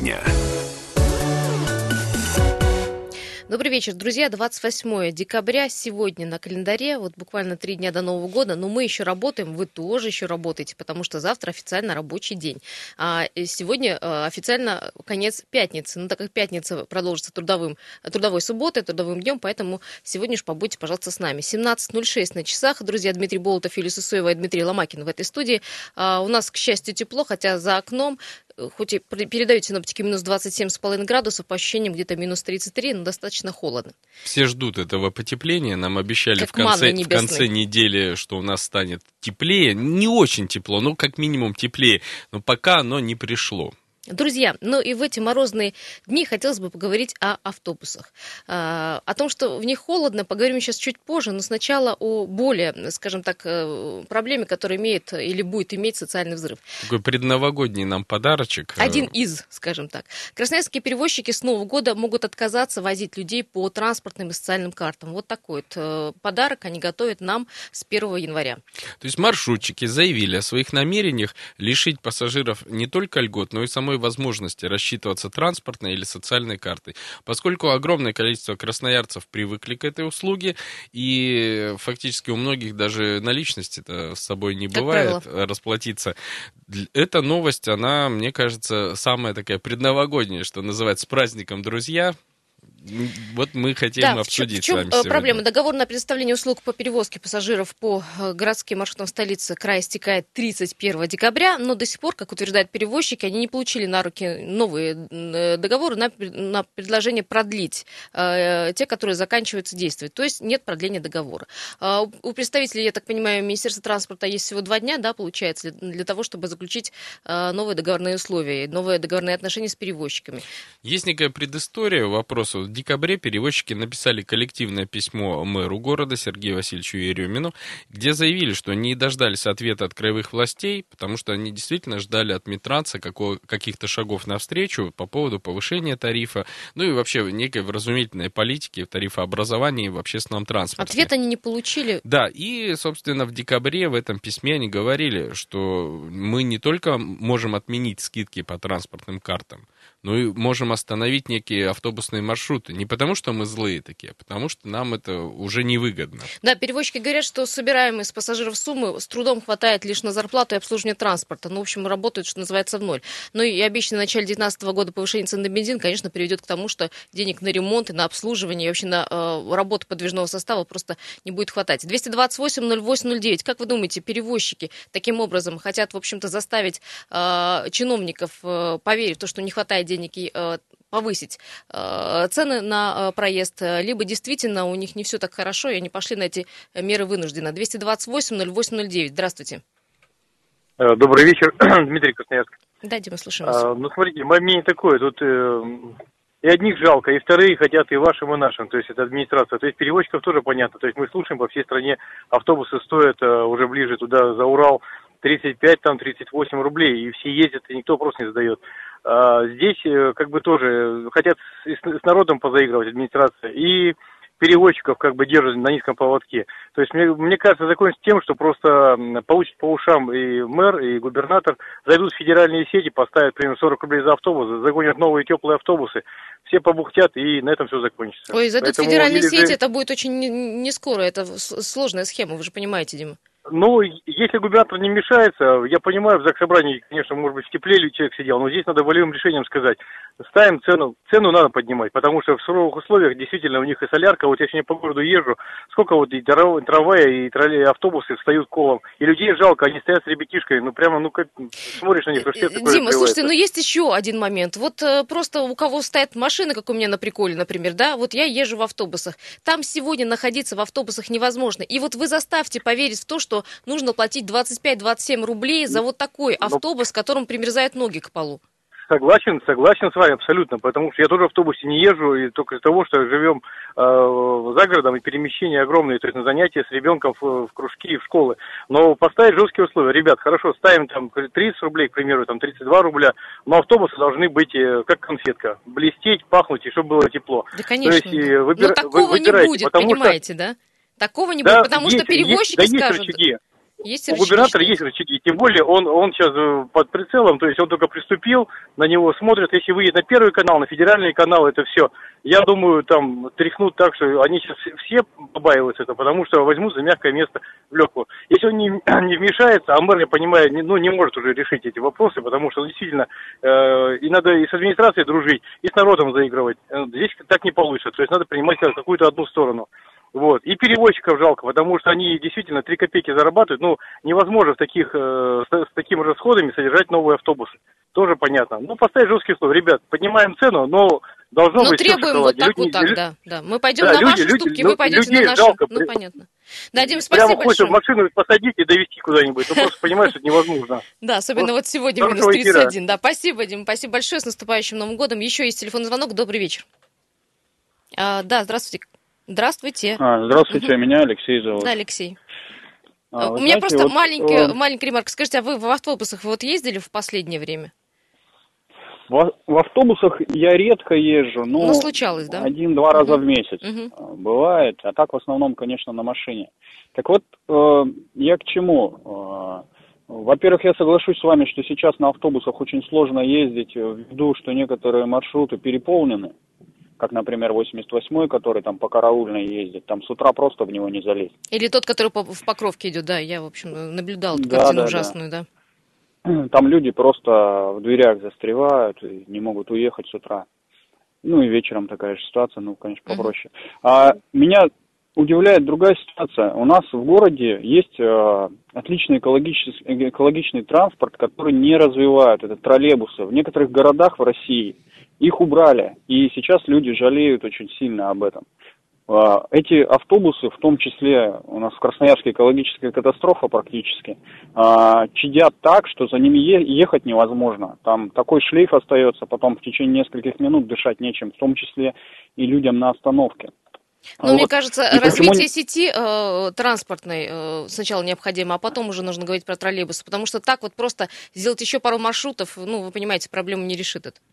дня. Добрый вечер, друзья. 28 декабря сегодня на календаре. Вот буквально 3 дня до Нового года. Но мы еще работаем, вы тоже еще работаете, потому что завтра официально рабочий день. А сегодня официально конец пятницы. Ну, так как пятница продолжится трудовой субботой, трудовым днем, поэтому сегодня же побудьте, пожалуйста, с нами. 17:06 на часах. Друзья, Дмитрий Болотов, Юлия Сысоева и Дмитрий Ломакин в этой студии. У нас, к счастью, тепло, хотя за окном, хоть и передают синоптики минус 27,5 градусов, по ощущениям где-то минус 33, но достаточно холодно. Все ждут этого потепления. Нам обещали в конце недели, что у нас станет теплее. Не очень тепло, но как минимум теплее. Но пока оно не пришло. Друзья, ну и в эти морозные дни хотелось бы поговорить о автобусах. О том, что в них холодно, поговорим сейчас чуть позже, но сначала о более, скажем так, проблеме, которая имеет или будет иметь социальный взрыв. Такой предновогодний нам подарочек. Один из, скажем так. Красноярские перевозчики с Нового года могут отказаться возить людей по транспортным и социальным картам. Вот такой вот подарок они готовят нам с 1 января. То есть маршрутчики заявили о своих намерениях лишить пассажиров не только льгот, но и самой возможности рассчитываться транспортной или социальной картой. Поскольку огромное количество красноярцев привыкли к этой услуге, и фактически у многих даже наличности-то с собой не бывает расплатиться. Эта новость, она, мне кажется, самая такая предновогодняя, что называется, с праздником, друзья. Вот мы хотим обсудить с вами сегодня. Проблема? Договор на предоставление услуг по перевозке пассажиров по городским маршрутам столицы края истекает 31 декабря, но до сих пор, как утверждают перевозчики, они не получили на руки новые договоры на предложение продлить те, которые заканчиваются действовать. То есть нет продления договора. У представителей, я так понимаю, Министерства транспорта есть всего 2 дня, да, получается, для того, чтобы заключить новые договорные условия, новые договорные отношения с перевозчиками. Есть некая предыстория вопроса. В декабре перевозчики написали коллективное письмо мэру города Сергею Васильевичу Еремину, где заявили, что не дождались ответа от краевых властей, потому что они действительно ждали от Минтранса каких-то шагов навстречу по поводу повышения тарифа, ну и вообще некой вразумительной политики тарифообразования в общественном транспорте. Ответ они не получили. Да, и, собственно, в декабре в этом письме они говорили, что мы не только можем отменить скидки по транспортным картам, но и можем остановить некие автобусные маршруты. Не потому, что мы злые такие, а потому, что нам это уже невыгодно. Да, перевозчики говорят, что собираемые с пассажиров суммы с трудом хватает лишь на зарплату и обслуживание транспорта. Ну, в общем, работают, что называется, в ноль. Ну и обещанное в начале 2019 года повышение цен на бензин, конечно, приведет к тому, что денег на ремонт и на обслуживание, и вообще на работу подвижного состава просто не будет хватать. 228-08-09. Как вы думаете, перевозчики таким образом хотят, в общем-то, заставить чиновников поверить в то, что не хватает денег и повысить цены на проезд, либо действительно у них не все так хорошо, и они пошли на эти меры вынужденно. 228-08-09. Здравствуйте. Добрый вечер, Дмитрий, Красноярск. Да, Дима, слушаем вас. Ну, смотрите, мое мнение такое, тут и одних жалко, и вторые хотят и вашим, и нашим, то есть это администрация. То есть перевозчиков тоже понятно, то есть мы слушаем, по всей стране автобусы стоят уже ближе туда, за Урал, 35, там 38 рублей, и все ездят, и никто вопрос не задает. Здесь как бы тоже хотят с народом позаигрывать администрация, и перевозчиков как бы держат на низком поводке. То есть мне кажется, закончится тем, что просто получит по ушам и мэр, и губернатор, зайдут в федеральные сети, поставят примерно 40 рублей за автобус, загонят новые теплые автобусы, все побухтят, и на этом все закончится. Ой, зайдут в федеральные сети, это будет очень не скоро, это сложная схема, вы же понимаете, Дима. Ну, если губернатор не мешается, я понимаю, в Заксобрании, конечно, может быть, в тепле человек сидел, но здесь надо волевым решением сказать, ставим цену надо поднимать, потому что в суровых условиях действительно у них и солярка, вот я сегодня по городу езжу, сколько вот и трамвая, и автобусы встают колом, и людей жалко, они стоят с ребятишкой, ну прямо, ну как смотришь на них, то сердце такое. Дима, слушайте, ну есть еще один момент, вот просто у кого стоят машины, как у меня на приколе, например, да, вот я езжу в автобусах, там сегодня находиться в автобусах невозможно, и вот вы заставьте поверить в то, что нужно платить 25-27 рублей за вот такой автобус, в котором примерзают ноги к полу. Согласен с вами абсолютно, потому что я тоже в автобусе не езжу, и только из-за того, что живем за городом, и перемещения огромные, то есть на занятия с ребенком в кружки и в школы. Но поставить жесткие условия. Ребят, хорошо, ставим там 30 рублей, к примеру, там 32 рубля, но автобусы должны быть как конфетка, блестеть, пахнуть, и чтобы было тепло. Да, конечно. То есть, но такого не будет, понимаете, да? Такого не будет, потому что перевозчики скажут... Есть У губернатора есть рычаги, тем более он сейчас под прицелом, то есть он только приступил, на него смотрят, если выйдет на первый канал, на федеральный канал, это все. Я думаю, там тряхнут так, что они сейчас все побаиваются это, потому что возьмут за мягкое место в легкую. Если он не вмешается, а мэр, я понимаю, не может уже решить эти вопросы, потому что действительно и надо и с администрацией дружить, и с народом заигрывать. Здесь так не получится, то есть надо принимать какую-то одну сторону. Вот. И перевозчиков жалко, потому что они действительно 3 копейки зарабатывают. Ну, невозможно с такими расходами содержать новые автобусы. Тоже понятно. Ну, поставить жесткие условия. Ребят, поднимаем цену, но должно быть все в требуем вот так, да. Мы пойдем на ваши уступки, вы пойдете на наши. Жалко, понятно. Да, Дим, спасибо прямо большое. Прямо хочется в машину посадить и довести куда-нибудь. Ну, просто понимаешь, что это невозможно. Да, особенно вот сегодня минус 31. Да, спасибо, Дим, спасибо большое. С наступающим Новым годом. Еще есть телефонный звонок. Добрый вечер. Да, здравствуйте. Здравствуйте. Здравствуйте, меня Алексей зовут. Да, Алексей. У меня просто маленькая ремарка. Скажите, а вы в автобусах вот ездили в последнее время? В автобусах я редко езжу, но случалось, да? 1-2 раза в месяц бывает, а так в основном, конечно, на машине. Так вот, я к чему? Во-первых, я соглашусь с вами, что сейчас на автобусах очень сложно ездить, ввиду, что некоторые маршруты переполнены, как, например, 88-й, который там по Караульной ездит, там с утра просто в него не залезть. Или тот, который в Покровке идет, да, я, в общем, наблюдал эту картину ужасную, да. Там люди просто в дверях застревают и не могут уехать с утра. Ну и вечером такая же ситуация, ну, конечно, попроще. А меня удивляет другая ситуация. У нас в городе есть отличный экологичный транспорт, который не развивают. Это троллейбусы. В некоторых городах в России их убрали, и сейчас люди жалеют очень сильно об этом. Эти автобусы, в том числе у нас в Красноярске экологическая катастрофа практически, чадят так, что за ними ехать невозможно. Там такой шлейф остается, потом в течение нескольких минут дышать нечем, в том числе и людям на остановке. Ну, мне кажется, развитие сети транспортной сначала необходимо, а потом уже нужно говорить про троллейбусы, потому что так вот просто сделать еще пару маршрутов, ну, вы понимаете, проблему не решит это.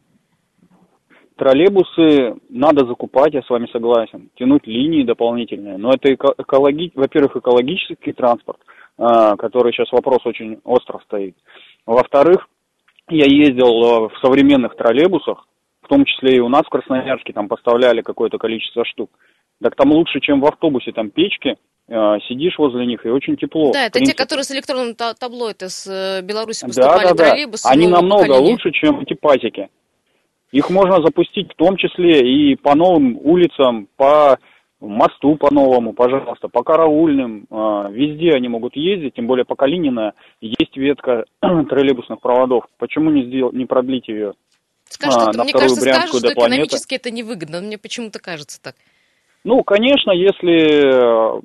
Троллейбусы надо закупать, я с вами согласен, тянуть линии дополнительные, но это, во-первых, экологический транспорт, который сейчас вопрос очень остро стоит. Во-вторых, я ездил в современных троллейбусах, в том числе и у нас в Красноярске, там поставляли какое-то количество штук. Так там лучше, чем в автобусе, там печки, сидишь возле них, и очень тепло. Да, это те, которые с электронным табло, это с Беларуси поступали троллейбусы. Они намного лучше, чем эти пазики. Их можно запустить в том числе и по новым улицам, по мосту по новому, пожалуйста, по Караульным. Везде они могут ездить, тем более по Калинина есть ветка троллейбусных проводов. Почему не продлить ее? Мне кажется, скажут, что экономически это невыгодно. Мне почему-то кажется так. Ну, конечно, если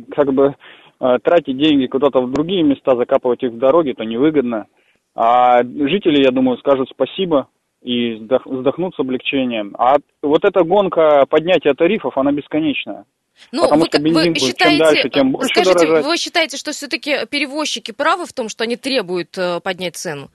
тратить деньги куда-то в другие места, закапывать их в дороги, то невыгодно. А жители, я думаю, скажут спасибо и вздохнут с облегчением. А вот эта гонка поднятия тарифов, она бесконечная. Ну, потому что бензин будет чем дальше, тем больше дорожать. Вы считаете, что все-таки перевозчики правы в том, что они требуют поднять цену?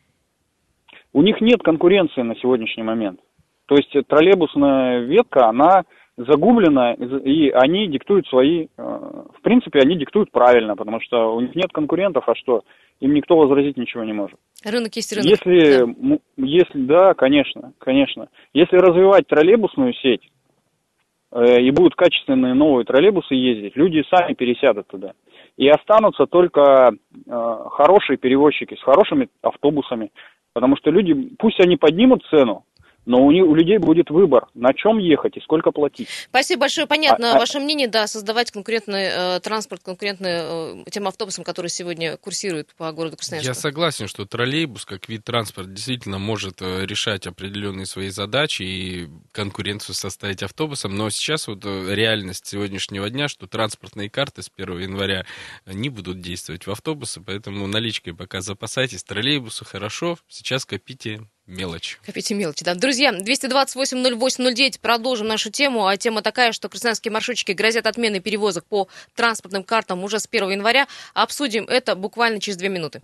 У них нет конкуренции на сегодняшний момент. То есть троллейбусная ветка, она загублена, и они диктуют свои... В принципе, они диктуют правильно, потому что у них нет конкурентов, а что? Им никто возразить ничего не может. Рынок есть рынок. Да, конечно. Если развивать троллейбусную сеть, и будут качественные новые троллейбусы ездить, люди сами пересядут туда. И останутся только хорошие перевозчики с хорошими автобусами, потому что люди, пусть они поднимут цену, но у людей будет выбор, на чем ехать и сколько платить. Спасибо большое. Понятно ваше мнение, да, создавать конкурентный транспорт, конкурентный тем автобусам, которые сегодня курсируют по городу Красноярску. Я согласен, что троллейбус как вид транспорта действительно может решать определенные свои задачи и конкуренцию составить автобусам, но сейчас вот реальность сегодняшнего дня, что транспортные карты с 1 января не будут действовать в автобусы, поэтому наличкой пока запасайтесь. Троллейбусы хорошо, сейчас копите мелочь. Копите мелочи, да. Друзья, 228-08-09, продолжим нашу тему. А тема такая, что красноярские маршрутчики грозят отменой перевозок по транспортным картам уже с 1 января. Обсудим это буквально через 2 минуты.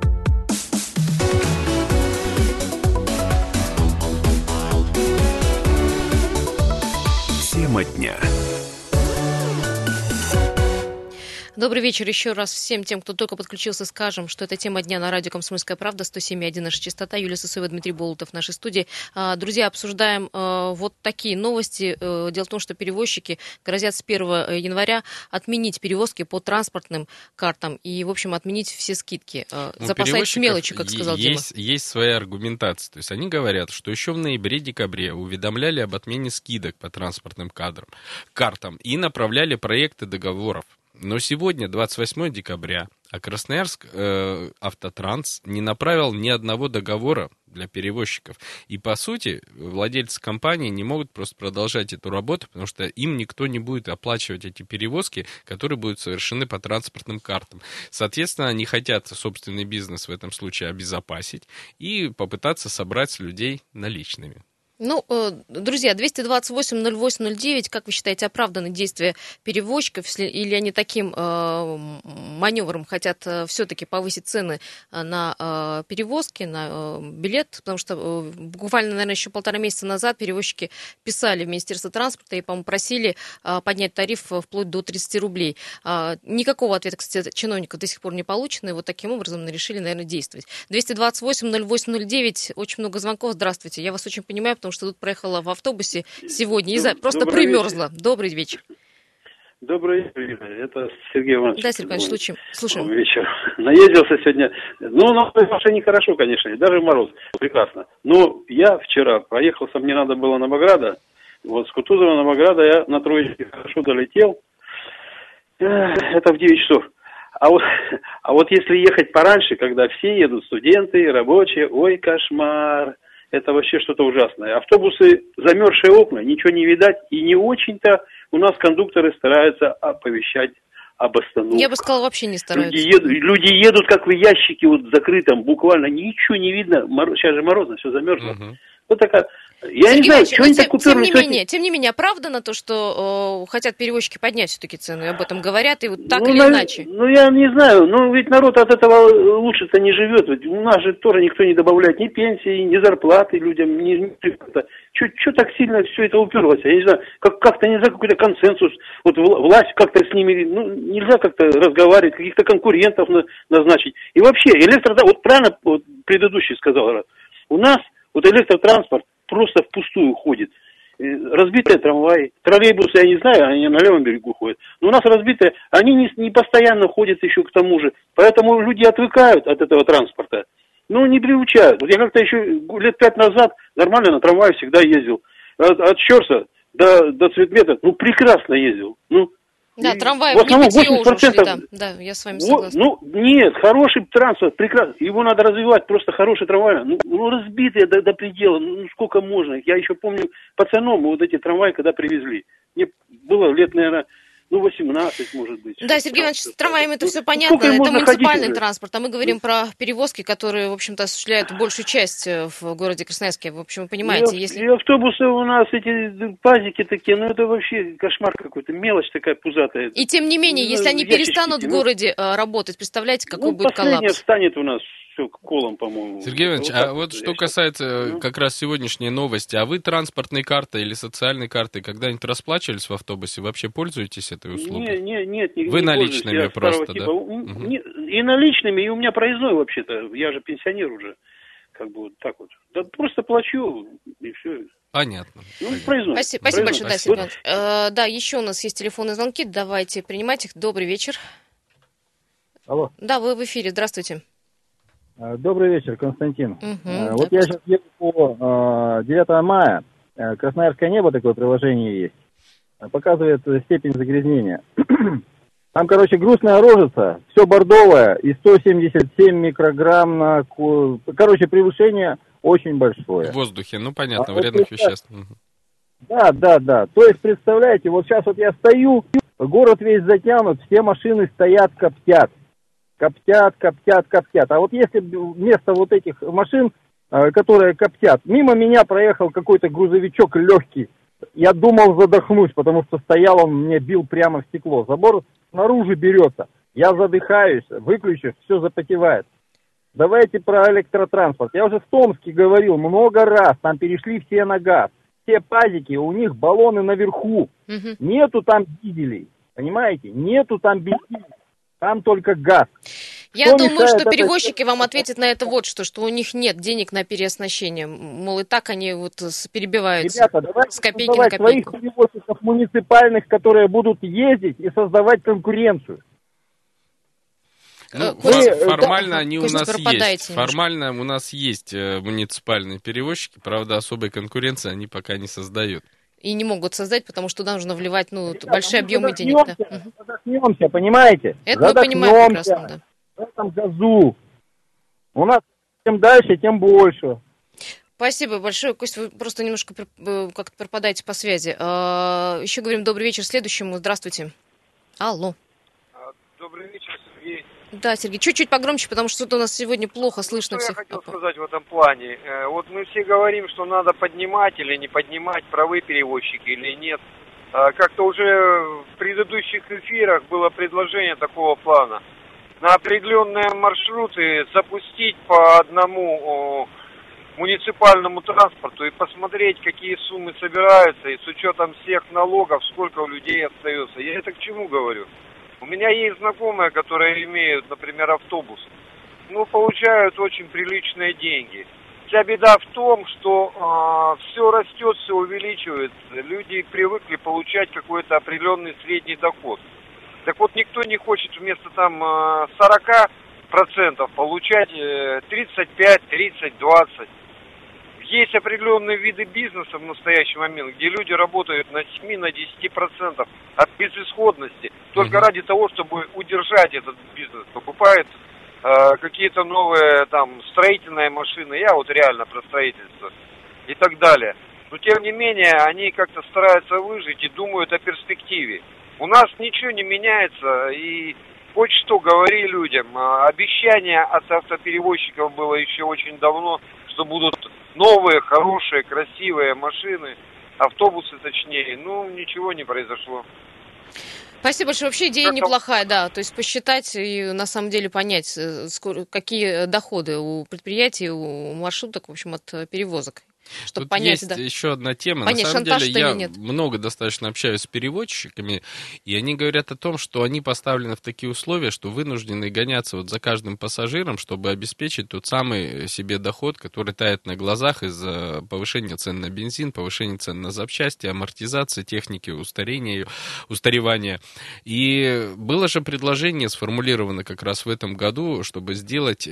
Тема дня. Добрый вечер еще раз всем тем, кто только подключился. Скажем, что это тема дня на радио «Комсомольская правда», 107,1 наша частота. Юлия Сысоева, Дмитрий Болотов в нашей студии. Друзья, обсуждаем вот такие новости. Дело в том, что перевозчики грозят с 1 января отменить перевозки по транспортным картам и, в общем, отменить все скидки. Запасать с мелочью, как сказал Дима. Есть своя аргументация. То есть они говорят, что еще в ноябре-декабре уведомляли об отмене скидок по транспортным картам и направляли проекты договоров. Но сегодня, 28 декабря, а Красноярск Автотранс не направил ни одного договора для перевозчиков. И, по сути, владельцы компании не могут просто продолжать эту работу, потому что им никто не будет оплачивать эти перевозки, которые будут совершены по транспортным картам. Соответственно, они хотят собственный бизнес в этом случае обезопасить и попытаться собрать с людей наличными. Ну, друзья, 228-08-09, как вы считаете, оправданы действия перевозчиков, или они таким маневром хотят все-таки повысить цены на перевозки, на билет? Потому что буквально, наверное, еще 1,5 месяца назад перевозчики писали в Министерство транспорта и, по-моему, просили поднять тариф вплоть до 30 рублей. Никакого ответа, кстати, от чиновников до сих пор не получено, и вот таким образом решили, наверное, действовать. 228-08-09, очень много звонков. Здравствуйте, я вас очень понимаю, потому что тут проехала в автобусе сегодня и просто примерзла. Вечер. Добрый вечер. Добрый вечер. Это Сергей Иванович. Да, Сергей Иванович, слушаем. Добрый вечер. Наездился сегодня. На машине хорошо, конечно, и даже мороз. Прекрасно. Но я вчера проехался, мне надо было на Новограда. Вот с Кутузова на Новограда я на Троечке хорошо долетел. Это в 9 часов. А вот если ехать пораньше, когда все едут, студенты, рабочие, ой, кошмар. Это вообще что-то ужасное. Автобусы, замерзшие окна, ничего не видать. И не очень-то у нас кондукторы стараются оповещать об остановке. Я бы сказала, вообще не стараются. Люди едут как в ящике вот закрытом, буквально ничего не видно. Сейчас же морозно, все замерзло. Вот такая... Я Сергей не знаю, что они так купируют. Тем не менее, оправдано то, что хотят перевозчики поднять все-таки цены, об этом говорят, и вот так или иначе. Я не знаю, ведь народ от этого лучше-то не живет. Ведь у нас же тоже никто не добавляет ни пенсии, ни зарплаты людям, Что так сильно все это уперлось? Я не знаю, как-то нельзя какой-то консенсус, вот власть как-то с ними, нельзя как-то разговаривать, каких-то конкурентов назначить. И вообще, вот правильно предыдущий сказал, у нас вот электротранспорт просто впустую ходит. Разбитые трамваи, троллейбусы, я не знаю, они на левом берегу ходят. Но у нас разбитые, они не постоянно ходят еще к тому же. Поэтому люди отвыкают от этого транспорта. Не приучают. Вот я как-то еще лет 5 назад нормально на трамвае всегда ездил. От Щерса до Цветмета, прекрасно ездил. Да, трамваи в небытие уже ушли, да, я с вами согласна. Нет, хороший транспорт, прекрасно, его надо развивать, просто хороший трамвай, разбитые до предела, сколько можно, я еще помню пацаном вот эти трамваи, когда привезли, мне было лет, наверное, 18, может быть. Да, Сергей Иванович, с трамваями это все понятно, это муниципальный транспорт, а мы говорим про перевозки, которые, в общем-то, осуществляют большую часть в городе Красноярске, в общем, вы понимаете. И автобусы у нас, эти пазики такие, это вообще кошмар какой-то, мелочь такая пузатая. И тем не менее, если они перестанут в городе работать, представляете, какой будет коллапс? Последнее встанет у нас все колом, по-моему. Сергей Иванович, вот что касается как раз сегодняшней новости, а вы транспортной картой или социальной картой когда-нибудь расплачивались в автобусе? Вообще пользуетесь этой услугой? Нет. Вы наличными просто, да? И наличными, и у меня проездной вообще-то, я же пенсионер уже, вот так вот. Да просто плачу, и все. Понятно. Проездной. Спасибо большое, да, Сергей Иванович. Да, еще у нас есть телефонные звонки, давайте принимать их. Добрый вечер. Алло. Да, вы в эфире, здравствуйте. Добрый вечер, Константин. Вот я сейчас еду по 9 мая. Красноярское небо, такое приложение есть. Показывает степень загрязнения. Там, грустная рожица, все бордовое, и 177 микрограмм на... превышение очень большое. В воздухе, понятно, вредных веществ. Да. То есть, представляете, вот сейчас я стою, город весь затянут, все машины стоят, коптят. А вот если вместо вот этих машин, которые коптят, мимо меня проехал какой-то грузовичок легкий. Я думал задохнусь, потому что стоял он, мне бил прямо в стекло. Забор снаружи берется. Я задыхаюсь, выключишь, все запотевает. Давайте про электротранспорт. Я уже в Томске говорил много раз, там перешли все на газ. Все пазики, у них баллоны наверху. Нету там дизелей, понимаете? Нету там бензина. там только газ. Я Что думаю, мешает что это перевозчики вам ответят на это вот что у них нет денег на переоснащение. Мол, и так они вот перебиваются Ребята, давайте с копейки на создавать своих копейку. перевозчиков муниципальных, которые будут ездить и создавать конкуренцию. Ну, Костя, формально да, они у Костя, нас пропадаете есть. немножко. Формально у нас есть муниципальные перевозчики, правда, особой конкуренции они пока не создают. И не могут создать, потому что туда нужно вливать Ребята, большие мы объемы денег. Да. задохнемся, понимаете? Это мы понимаем прекрасно, да. В этом газу. У нас чем дальше, тем больше. Спасибо большое. Костя, вы просто немножко как-то пропадаете по связи. Еще говорим добрый вечер следующему. Здравствуйте. Алло. Добрый вечер, Сергей. Да, Сергей, чуть-чуть погромче, потому что тут у нас сегодня плохо слышно Что всех. я хотел сказать в этом плане? Вот мы все говорим, что надо поднимать или не поднимать, правы перевозчики или нет. Как-то уже в предыдущих эфирах было предложение такого плана. На определенные маршруты запустить по одному муниципальному транспорту и посмотреть, какие суммы собираются, и с учетом всех налогов, сколько у людей остается. Я это к чему говорю? У меня есть знакомые, которые имеют, например, автобус. Ну, получают очень приличные деньги. Вся беда в том, что все растет, все увеличивается. Люди привыкли получать какой-то определенный средний доход. Так вот, никто не хочет вместо там 40% получать 35, 30, 20. Есть определенные виды бизнеса в настоящий момент, где люди работают на 7, на 10% от безысходности, только ради того, чтобы удержать этот бизнес. Покупают какие-то новые там строительные машины, я вот реально про строительство и так далее. Но тем не менее, они как-то стараются выжить и думают о перспективе. У нас ничего не меняется, и хоть что говори людям. Обещание от автоперевозчиков было еще очень давно, что будут новые, хорошие, красивые машины, автобусы точнее. Ну, ничего не произошло. Спасибо большое. Вообще идея неплохая, да. То есть посчитать и на самом деле понять, какие доходы у предприятий, у маршруток, в общем, от перевозок. Чтобы Тут понять, есть да. еще одна тема. Понять, на самом деле, я нет. много достаточно общаюсь с перевозчиками, и они говорят о том, что они поставлены в такие условия, что вынуждены гоняться вот за каждым пассажиром, чтобы обеспечить тот самый себе доход, который тает на глазах из-за повышения цен на бензин, повышения цен на запчасти, амортизации техники, устаревания. И было же предложение сформулировано как раз в этом году, чтобы сделать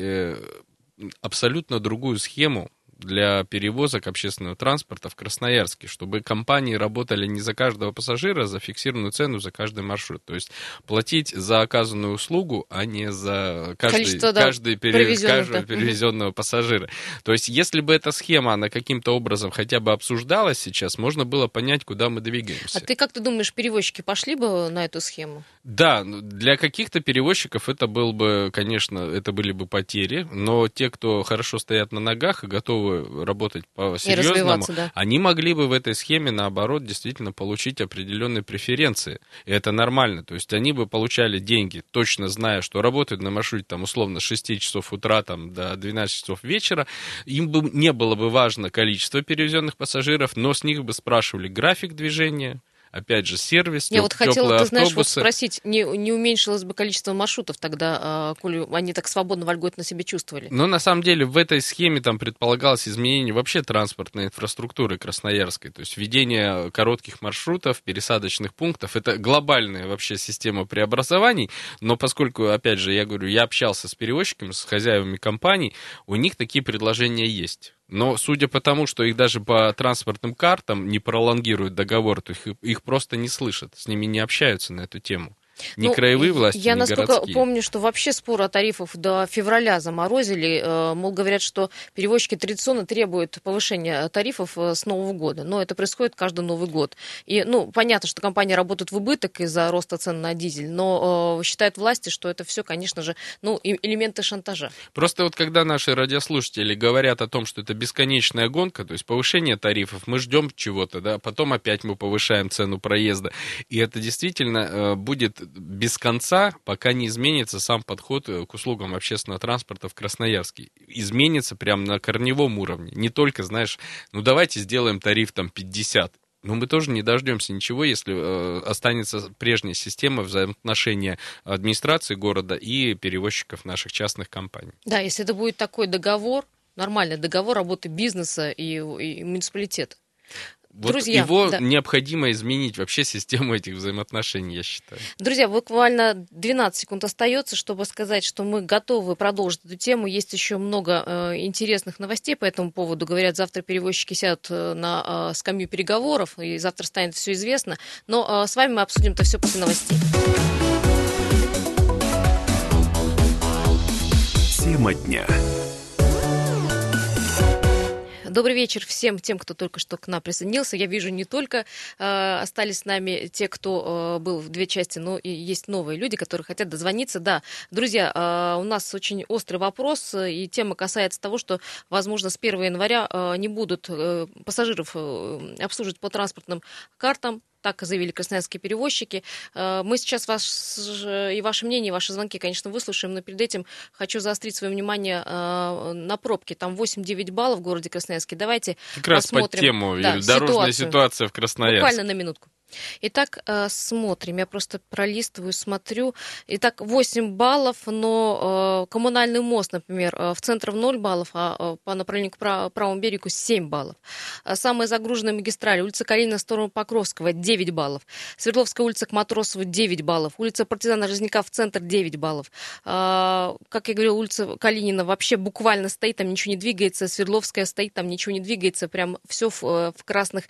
абсолютно другую схему для перевозок общественного транспорта в Красноярске, чтобы компании работали не за каждого пассажира, а за фиксированную цену за каждый маршрут. То есть платить за оказанную услугу, а не за каждого перевезенного пассажира. То есть если бы эта схема, она каким-то образом хотя бы обсуждалась сейчас, можно было понять, куда мы двигаемся. А ты как ты думаешь, перевозчики пошли бы на эту схему? Да, для каких-то перевозчиков это был бы, конечно, это были бы потери, но те, кто хорошо стоят на ногах и готовы работать по-серьезному, да. Они могли бы в этой схеме, наоборот, действительно получить определенные преференции. И это нормально. То есть они бы получали деньги, точно зная, что работают на маршруте, там, условно, с 6 часов утра там, до 12 часов вечера. Им бы не было бы важно количество перевезенных пассажиров, но с них бы спрашивали график движения, опять же, сервис, Я вот хотела, ты знаешь, вот автобусы. спросить, не уменьшилось бы количество маршрутов тогда, коли они так свободно, вольготно себя чувствовали? Но на самом деле в этой схеме там предполагалось изменение вообще транспортной инфраструктуры красноярской, то есть введение коротких маршрутов, пересадочных пунктов. Это глобальная вообще система преобразований, но поскольку, опять же, я говорю, я общался с перевозчиками, с хозяевами компаний, у них такие предложения есть. Но судя по тому, что их даже по транспортным картам не пролонгируют договор, то их просто не слышат, с ними не общаются на эту тему. Ни краевые власти, я ни насколько городские. помню, что вообще спор о тарифах до февраля заморозили. Мол, говорят, что перевозчики традиционно требуют повышения тарифов с Нового года. Но это происходит каждый Новый год. И, понятно, что компания работает в убыток из-за роста цен на дизель, но считают власти, что это все, конечно же, элементы шантажа. Просто вот когда наши радиослушатели говорят о том, что это бесконечная гонка, то есть повышение тарифов, мы ждем чего-то, да, потом опять мы повышаем цену проезда. И это действительно будет без конца, пока не изменится сам подход к услугам общественного транспорта в Красноярске. Изменится прямо на корневом уровне. Не только, знаешь, давайте сделаем тариф там 50. Но мы тоже не дождемся ничего, если останется прежняя система взаимоотношения администрации города и перевозчиков наших частных компаний. Да, если это будет такой договор, нормальный договор работы бизнеса и муниципалитета. Вот Друзья, его да. необходимо изменить, вообще систему этих взаимоотношений, я считаю. Друзья, буквально 12 секунд остается, чтобы сказать, что мы готовы продолжить эту тему. Есть еще много интересных новостей по этому поводу. Говорят, завтра перевозчики сядут на скамью переговоров, и завтра станет все известно. Но с вами мы обсудим это все после новостей. Тема дня. Добрый вечер всем тем, кто только что к нам присоединился. Я вижу, не только остались с нами те, кто был в две части, но и есть новые люди, которые хотят дозвониться. Да, друзья, у нас очень острый вопрос, и тема касается того, что, возможно, с 1 января не будут пассажиров обслуживать по транспортным картам. Так заявили красноярские перевозчики. Мы сейчас ваше мнение, ваши звонки, конечно, выслушаем, но перед этим хочу заострить свое внимание на пробки. Там 8-9 баллов в городе Красноярске. Давайте как раз посмотрим, под тему да, дорожная ситуация в Красноярске. Буквально на минутку. Итак, смотрим. Я просто пролистываю, смотрю. Итак, 8 баллов, но коммунальный мост, например, в центр 0 баллов, а по направлению к правому берегу 7 баллов. Самая загруженная магистраль, улица Калинина в сторону Покровского 9 баллов. Свердловская улица к Матросову 9 баллов. Улица Партизана Жизняка в центр 9 баллов. Как я говорила, улица Калинина вообще буквально стоит, там ничего не двигается. Свердловская стоит, там ничего не двигается. Прям все в красных,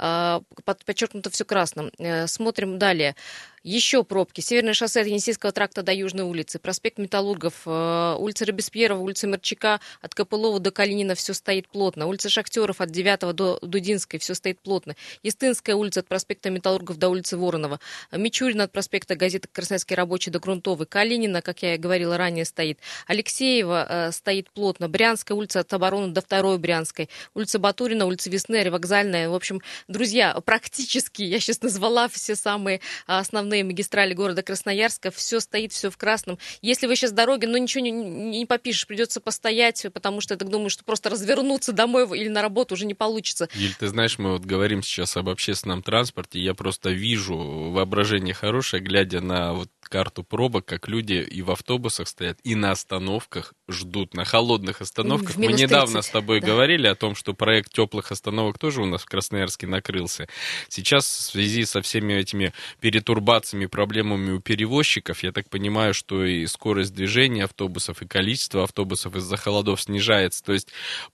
подчеркнуто все красным. Смотрим далее. Еще пробки. Северное шоссе от Енисейского тракта до Южной улицы. Проспект Металлургов. Улица Робеспьерова, улица Мерчака. От Копылова до Калинина все стоит плотно. Улица Шахтеров от 9 до Дудинской все стоит плотно. Естинская улица от проспекта Металлургов до улицы Воронова. Мичурина от проспекта Газета Красноярский рабочий до Грунтовой. Калинина, как я говорила ранее, стоит. Алексеева стоит плотно. Брянская улица от Обороны до 2 Брянской. Улица Батурина, улица Весны, Вокзальная. В общем, друзья, практически, я сейчас назвала все самые основные магистрали города Красноярска, все стоит, все в красном. Если вы сейчас дороги, ничего не попишешь, придется постоять, потому что я так думаю, что просто развернуться домой или на работу уже не получится. Юль, ты знаешь, мы вот говорим сейчас об общественном транспорте, я просто вижу воображение хорошее, глядя на вот карту пробок, как люди и в автобусах стоят, и на остановках ждут, на холодных остановках. Мы недавно с тобой говорили о том, что проект теплых остановок тоже у нас в Красноярске накрылся. Сейчас в связи со всеми этими перетурбациями, проблемами у перевозчиков, я так понимаю, что и скорость движения автобусов, и количество автобусов из-за холодов снижается. То есть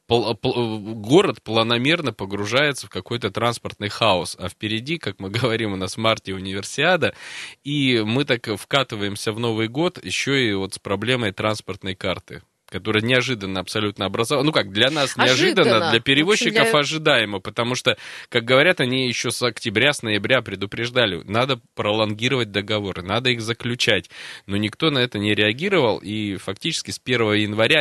город планомерно погружается в какой-то транспортный хаос. А впереди, как мы говорим, у нас в марте универсиада, и мы так вкатываемся в Новый год еще и вот с проблемой транспортной карты, которая неожиданно абсолютно образовалась. Ну как, для нас неожиданно, для перевозчиков ожидаемо, потому что, как говорят, они еще с октября, с ноября предупреждали, надо пролонгировать договоры, надо их заключать. Но никто на это не реагировал, и фактически с 1 января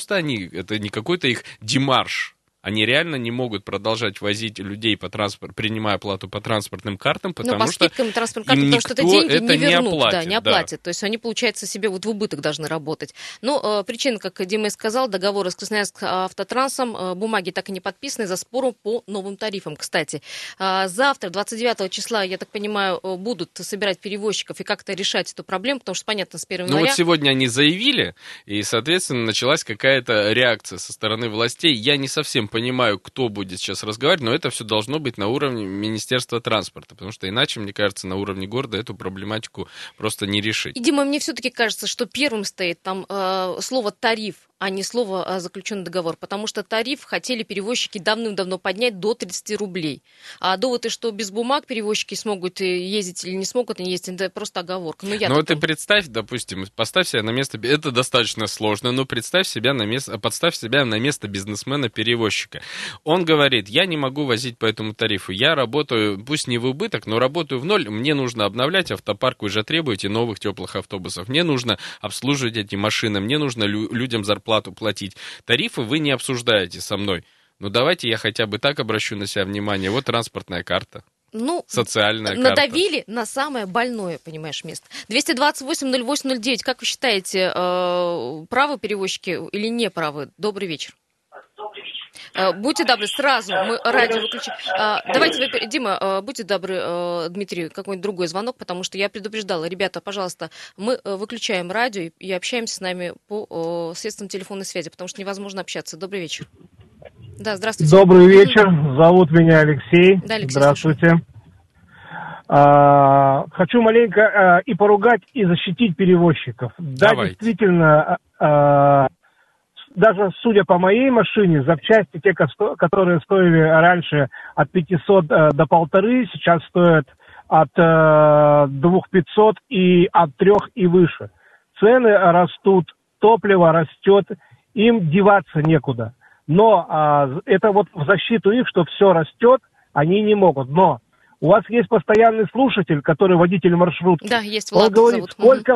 это не какой-то их демарш. Они реально не могут продолжать возить людей по транспорту, принимая оплату по транспортным картам, потому что им никто это не оплатит. Не оплатит. То есть они, получается, себе вот в убыток должны работать. Но причина, как Дима и сказал, договоры с Красноярским автотрансом, бумаги так и не подписаны за спору по новым тарифам. Кстати, завтра, 29 числа, я так понимаю, будут собирать перевозчиков и как-то решать эту проблему, потому что, понятно, с 1 января... Ну вот сегодня они заявили, и, соответственно, началась какая-то реакция со стороны властей. Я не совсем понимаю, кто будет сейчас разговаривать, но это все должно быть на уровне Министерства транспорта, потому что иначе, мне кажется, на уровне города эту проблематику просто не решить. И, Дима, мне все-таки кажется, что первым стоит там слово «тариф», а не слово «заключенный договор», потому что тариф хотели перевозчики давным-давно поднять до 30 рублей. А доводы, что без бумаг перевозчики смогут ездить или не смогут не ездить, это просто оговорка. Но ты представь, допустим, поставь себя на место, это достаточно сложно, но подставь себя на место бизнесмена-перевозчика. Он говорит, я не могу возить по этому тарифу, я работаю, пусть не в убыток, но работаю в ноль, мне нужно обновлять автопарк, вы же требуете новых теплых автобусов, мне нужно обслуживать эти машины, мне нужно людям зарплату платить. Тарифы вы не обсуждаете со мной. Ну, давайте я хотя бы так обращу на себя внимание. Вот транспортная карта. Социальная карта. Надавили на самое больное, понимаешь, место. 228-08-09. Как вы считаете, правы перевозчики или не правы? Добрый вечер. Будьте добры, сразу мы радио выключим. Давайте, Дима, будьте добры, Дмитрий, какой-нибудь другой звонок, потому что я предупреждала. Ребята, пожалуйста, мы выключаем радио и общаемся с нами по средствам телефонной связи, потому что невозможно общаться. Добрый вечер. Да, здравствуйте. Добрый вечер. Зовут меня Алексей. Да, Алексей, здравствуйте. Хочу маленько и поругать, и защитить перевозчиков. Да, действительно, даже судя по моей машине, запчасти, те, которые стоили раньше от 500 до 1500, сейчас стоят от 2500 и от 3 и выше. Цены растут, топливо растет, им деваться некуда. Но это вот в защиту их, что все растет, они не могут. Но у вас есть постоянный слушатель, который водитель маршрутки. Да, есть Влад. Он говорит,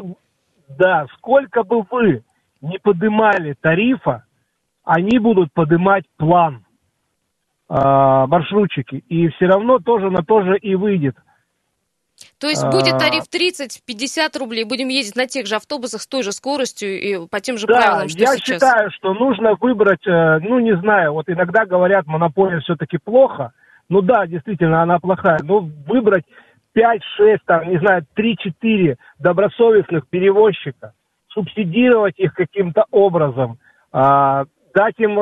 сколько бы вы не поднимали тарифа, они будут поднимать план маршрутчики. И все равно тоже на то же и выйдет. То есть будет тариф 30-50 рублей, будем ездить на тех же автобусах с той же скоростью и по тем же правилам, что я сейчас. Я считаю, что нужно выбрать, не знаю, вот иногда говорят, монополия все-таки плохо. Ну да, действительно, она плохая. Но выбрать 5-6, 3-4 добросовестных перевозчика, субсидировать их каким-то образом, дать им,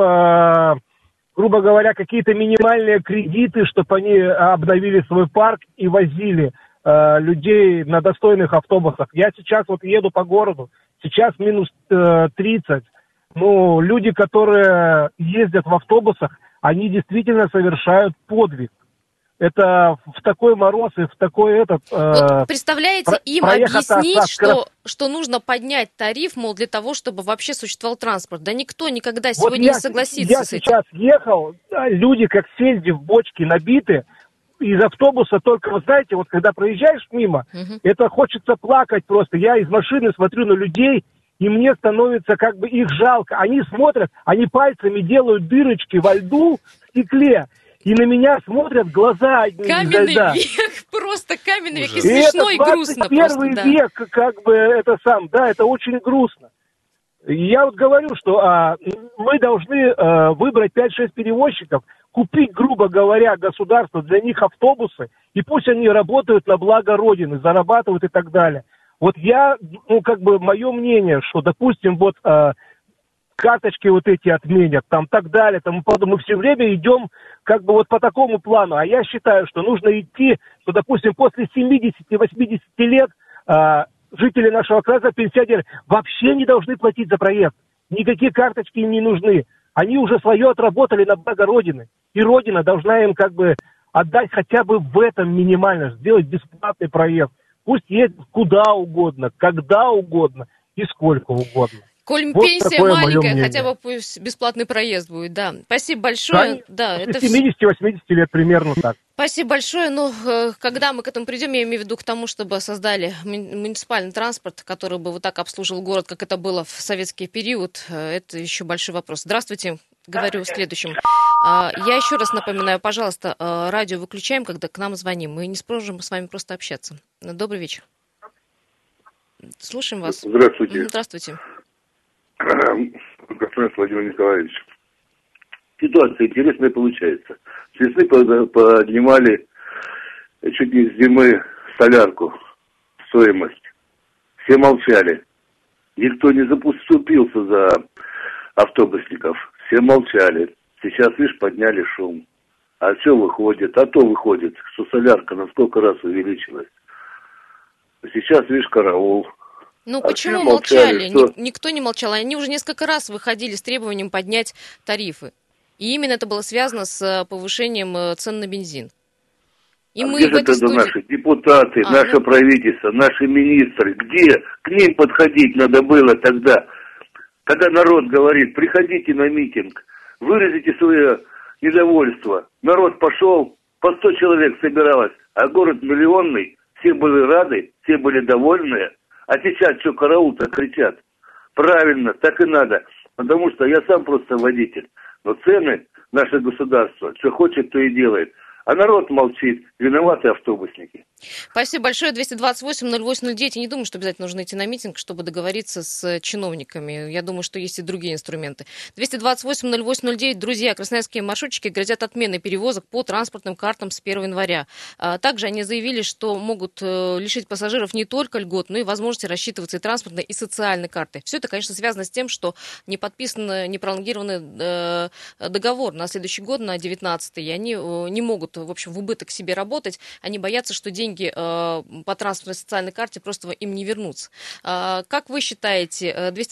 грубо говоря, какие-то минимальные кредиты, чтобы они обновили свой парк и возили людей на достойных автобусах. Я сейчас вот еду по городу, сейчас минус 30. Ну, люди, которые ездят в автобусах, они действительно совершают подвиг. Это в такой мороз и в такой Вот представляете, им объяснить, что нужно поднять тариф, мол, для того, чтобы вообще существовал транспорт. Да никто никогда сегодня не согласится с этим. Я сейчас ехал, люди как сельди в бочке набиты, из автобуса только, вы знаете, вот когда проезжаешь мимо, это хочется плакать просто. Я из машины смотрю на людей, и мне становится как бы их жалко. Они смотрят, они пальцами делают дырочки во льду, в стекле, и на меня смотрят глаза одни. Каменный век, просто каменный век, и смешно, и грустно. 21 век, как бы, это очень грустно. Я вот говорю, что мы должны выбрать 5-6 перевозчиков, купить, грубо говоря, государство для них автобусы, и пусть они работают на благо Родины, зарабатывают и так далее. Вот мое мнение, что, допустим, карточки вот эти отменят, так далее, тому подобное. Мы все время идем по такому плану. А я считаю, что нужно идти, что, допустим, после 70-80 лет жители нашего края, пенсионеры, вообще не должны платить за проезд. Никакие карточки им не нужны. Они уже свое отработали на благо Родины. И Родина должна им отдать хотя бы в этом минимально, сделать бесплатный проезд. Пусть ездят куда угодно, когда угодно и сколько угодно. Коль пенсия маленькая, хотя бы пусть бесплатный проезд будет, да. Спасибо большое. Да, это 70-80 лет примерно так. Спасибо большое. Но когда мы к этому придем, я имею в виду к тому, чтобы создали муниципальный транспорт, который бы вот так обслуживал город, как это было в советский период, это еще большой вопрос. Здравствуйте, говорю следующим. Я еще раз напоминаю, пожалуйста, радио выключаем, когда к нам звоним. Мы не сможем с вами просто общаться. Добрый вечер. Слушаем вас. Здравствуйте. Здравствуйте. Господин Владимир Николаевич, ситуация интересная получается. С весны поднимали чуть не с зимы солярку, стоимость. Все молчали. Никто не заступился за автобусников. Все молчали. Сейчас, видишь, подняли шум. А все выходит, выходит, что солярка на сколько раз увеличилась. Сейчас, видишь, караул. Почему молчали? Никто не молчал. Они уже несколько раз выходили с требованием поднять тарифы. И именно это было связано с повышением цен на бензин. И мы где же тогда наши депутаты, наше правительство, наши министры? Где? К ним подходить надо было тогда. Когда народ говорит, приходите на митинг, выразите свое недовольство. Народ пошел, по 100 человек собиралось, а город миллионный, все были рады, все были довольны. А сейчас что, караул-то кричат? Правильно, так и надо. Потому что я сам просто водитель. Но цены наше государство, что хочет, то и делает. А народ молчит, виноваты автобусники. Спасибо большое. 228-08-09. Я не думаю, что обязательно нужно идти на митинг, чтобы договориться с чиновниками. Я думаю, что есть и другие инструменты. 228-08-09. Друзья, красноярские маршрутчики грозят отменой перевозок по транспортным картам с 1 января. Также они заявили, что могут лишить пассажиров не только льгот, но и возможности рассчитываться и транспортной, и социальной картой. Все это, конечно, связано с тем, что не подписан, не пролонгированный договор на следующий год, на 19-й, и они не могут, в общем, в убыток себе работать. Они боятся, что деньги по транспортной социальной карте просто им не вернутся. Как вы считаете,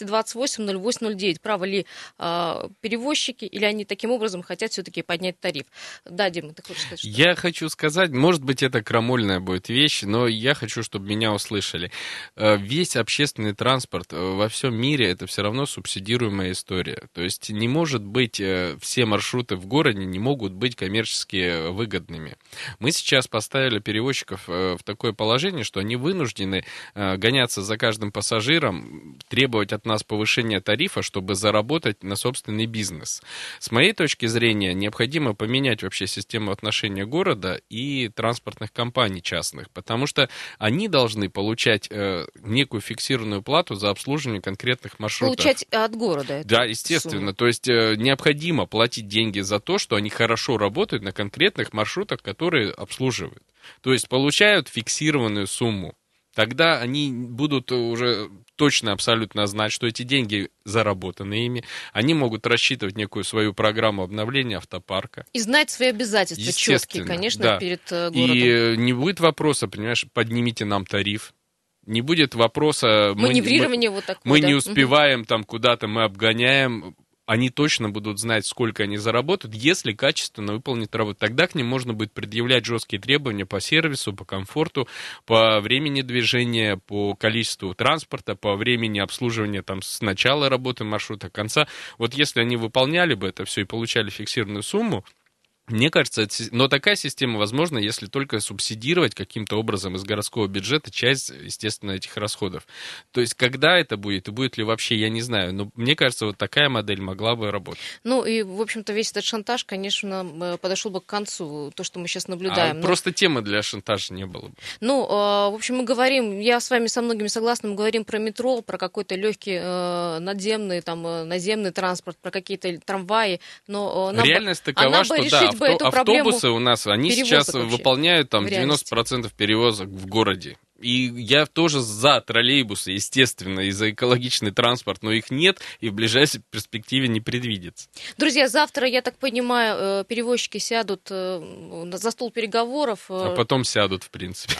228-08-09, правы ли перевозчики, или они таким образом хотят все-таки поднять тариф? Да, Дима, ты хочешь сказать что-то? Я хочу сказать, может быть, это крамольная будет вещь, но я хочу, чтобы меня услышали. Весь общественный транспорт во всем мире — это все равно субсидируемая история. То есть не может быть, все маршруты в городе не могут быть коммерчески выгодными. Мы сейчас поставили перевозчиков в такое положение, что они вынуждены гоняться за каждым пассажиром, требовать от нас повышения тарифа, чтобы заработать на собственный бизнес. С моей точки зрения, необходимо поменять вообще систему отношения города и транспортных компаний частных, потому что они должны получать некую фиксированную плату за обслуживание конкретных маршрутов. Получать от города. Да, естественно. Сумму. То есть необходимо платить деньги за то, что они хорошо работают на конкретных маршрутах, которые обслуживают. То есть получают фиксированную сумму. Тогда они будут уже точно абсолютно знать, что эти деньги заработаны ими. Они могут рассчитывать некую свою программу обновления автопарка. И знать свои обязательства четкие, конечно, да, перед городом. И не будет вопроса, понимаешь, поднимите нам тариф. Не будет вопроса... Маневрирование вот такое. Мы не успеваем там куда-то, мы обгоняем... Они точно будут знать, сколько они заработают, если качественно выполнят работу. Тогда к ним можно будет предъявлять жесткие требования по сервису, по комфорту, по времени движения, по количеству транспорта, по времени обслуживания там, с начала работы маршрута, конца. Вот если они выполняли бы это все и получали фиксированную сумму, мне кажется, но такая система возможна, если только субсидировать каким-то образом из городского бюджета часть, естественно, этих расходов. То есть, когда это будет, и будет ли вообще, я не знаю. Но мне кажется, вот такая модель могла бы работать. Ну, и, в общем-то, весь этот шантаж, конечно, подошел бы к концу, то, что мы сейчас наблюдаем. Просто темы для шантажа не было бы. Ну, в общем, мы говорим, я с вами со многими согласна, мы говорим про метро, про какой-то легкий надземный, там, наземный транспорт, про какие-то трамваи, но реальность такова, что да, автобусы у нас, они сейчас выполняют там 90% перевозок в городе. И я тоже за троллейбусы, естественно, и за экологичный транспорт, но их нет и в ближайшей перспективе не предвидится. Друзья, завтра, я так понимаю, перевозчики сядут за стол переговоров. А потом сядут, в принципе.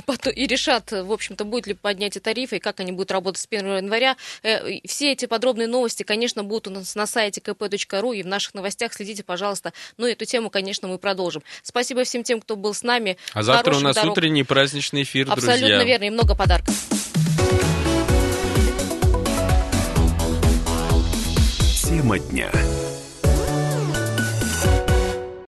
И решат, в общем-то, будет ли поднятие тарифа и как они будут работать с 1 января. Все эти подробные новости, конечно, будут у нас на сайте kp.ru и в наших новостях. Следите, пожалуйста. Ну, эту тему, конечно, мы продолжим. Спасибо всем тем, кто был с нами. А завтра у нас утренний праздничный эфир, друзья. Абсолютно верно, и много подарков. Тема дня.